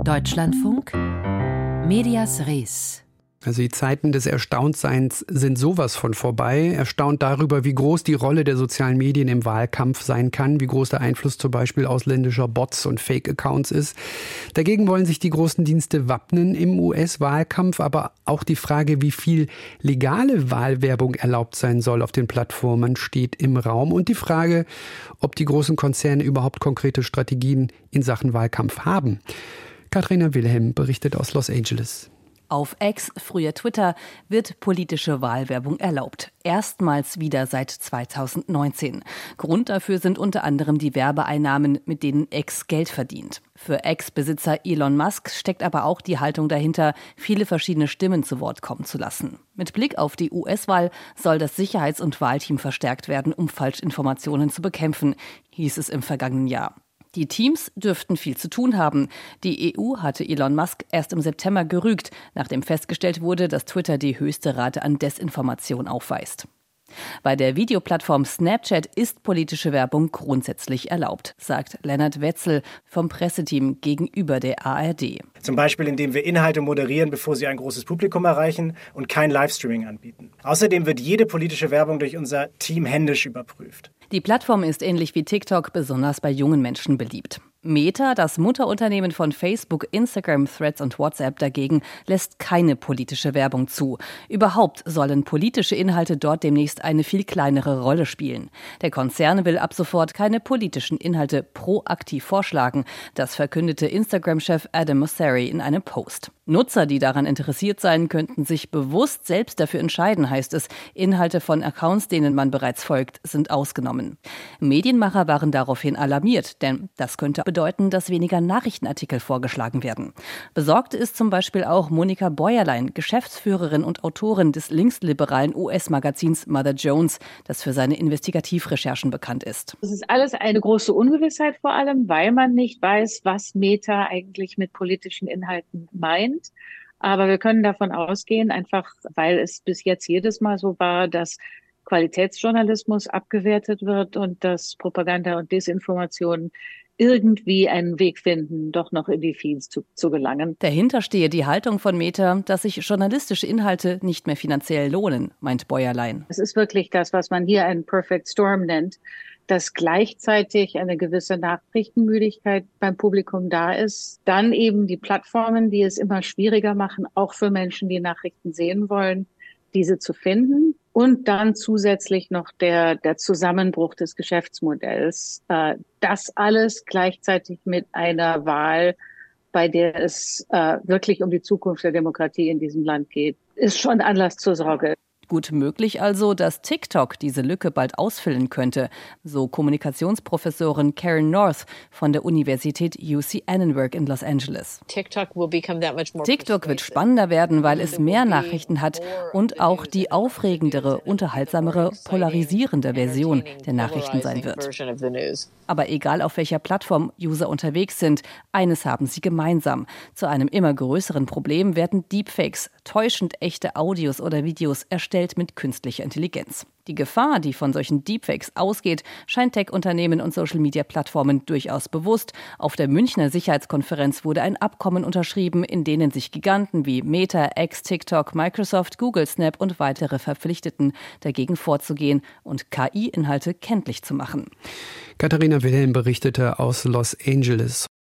Deutschlandfunk, Medias Res. Also die Zeiten des Erstauntseins sind sowas von vorbei. Erstaunt darüber, wie groß die Rolle der sozialen Medien im Wahlkampf sein kann, wie groß der Einfluss zum Beispiel ausländischer Bots und Fake-Accounts ist. Dagegen wollen sich die großen Dienste wappnen im US-Wahlkampf, aber auch die Frage, wie viel legale Wahlwerbung erlaubt sein soll auf den Plattformen, steht im Raum. Und die Frage, ob die großen Konzerne überhaupt konkrete Strategien in Sachen Wahlkampf haben. Katharina Wilhelm berichtet aus Los Angeles. Auf X, früher Twitter, wird politische Wahlwerbung erlaubt. Erstmals wieder seit 2019. Grund dafür sind unter anderem die Werbeeinnahmen, mit denen X Geld verdient. Für X-Besitzer Elon Musk steckt aber auch die Haltung dahinter, viele verschiedene Stimmen zu Wort kommen zu lassen. Mit Blick auf die US-Wahl soll das Sicherheits- und Wahlteam verstärkt werden, um Falschinformationen zu bekämpfen, hieß es im vergangenen Jahr. Die Teams dürften viel zu tun haben. Die EU hatte Elon Musk erst im September gerügt, nachdem festgestellt wurde, dass Twitter die höchste Rate an Desinformation aufweist. Bei der Videoplattform Snapchat ist politische Werbung grundsätzlich erlaubt, sagt Lennart Wetzel vom Presseteam gegenüber der ARD. Zum Beispiel, indem wir Inhalte moderieren, bevor sie ein großes Publikum erreichen und kein Livestreaming anbieten. Außerdem wird jede politische Werbung durch unser Team händisch überprüft. Die Plattform ist ähnlich wie TikTok besonders bei jungen Menschen beliebt. Meta, das Mutterunternehmen von Facebook, Instagram, Threads und WhatsApp dagegen, lässt keine politische Werbung zu. Überhaupt sollen politische Inhalte dort demnächst eine viel kleinere Rolle spielen. Der Konzern will ab sofort keine politischen Inhalte proaktiv vorschlagen. Das verkündete Instagram-Chef Adam Mosseri in einem Post. Nutzer, die daran interessiert seien, könnten sich bewusst selbst dafür entscheiden, heißt es. Inhalte von Accounts, denen man bereits folgt, sind ausgenommen. Medienmacher waren daraufhin alarmiert, denn das könnte bedeuten, dass weniger Nachrichtenartikel vorgeschlagen werden. Besorgt ist zum Beispiel auch Monika Bäuerlein, Geschäftsführerin und Autorin des linksliberalen US-Magazins Mother Jones, das für seine Investigativrecherchen bekannt ist. Es ist alles eine große Ungewissheit, vor allem, weil man nicht weiß, was Meta eigentlich mit politischen Inhalten meint. Aber wir können davon ausgehen, einfach weil es bis jetzt jedes Mal so war, dass Qualitätsjournalismus abgewertet wird und dass Propaganda und Desinformation irgendwie einen Weg finden, doch noch in die Feeds zu gelangen. Dahinter stehe die Haltung von Meta, dass sich journalistische Inhalte nicht mehr finanziell lohnen, meint Bäuerlein. Es ist wirklich das, was man hier einen Perfect Storm nennt, dass gleichzeitig eine gewisse Nachrichtenmüdigkeit beim Publikum da ist. Dann eben die Plattformen, die es immer schwieriger machen, auch für Menschen, die Nachrichten sehen wollen, diese zu finden. Und dann zusätzlich noch der Zusammenbruch des Geschäftsmodells. Das alles gleichzeitig mit einer Wahl, bei der es wirklich um die Zukunft der Demokratie in diesem Land geht, ist schon Anlass zur Sorge. Gut möglich also, dass TikTok diese Lücke bald ausfüllen könnte, so Kommunikationsprofessorin Karen North von der Universität UC Annenberg in Los Angeles. TikTok wird spannender werden, weil es mehr Nachrichten hat und auch die aufregendere, unterhaltsamere, polarisierende Version der Nachrichten sein wird. Aber egal auf welcher Plattform User unterwegs sind, eines haben sie gemeinsam. Zu einem immer größeren Problem werden Deepfakes, täuschend echte Audios oder Videos erstellt mit künstlicher Intelligenz. Die Gefahr, die von solchen Deepfakes ausgeht, scheint Tech-Unternehmen und Social-Media-Plattformen durchaus bewusst. Auf der Münchner Sicherheitskonferenz wurde ein Abkommen unterschrieben, in denen sich Giganten wie Meta, X, TikTok, Microsoft, Google, Snap und weitere verpflichteten, dagegen vorzugehen und KI-Inhalte kenntlich zu machen. Katharina Wilhelm berichtete aus Los Angeles.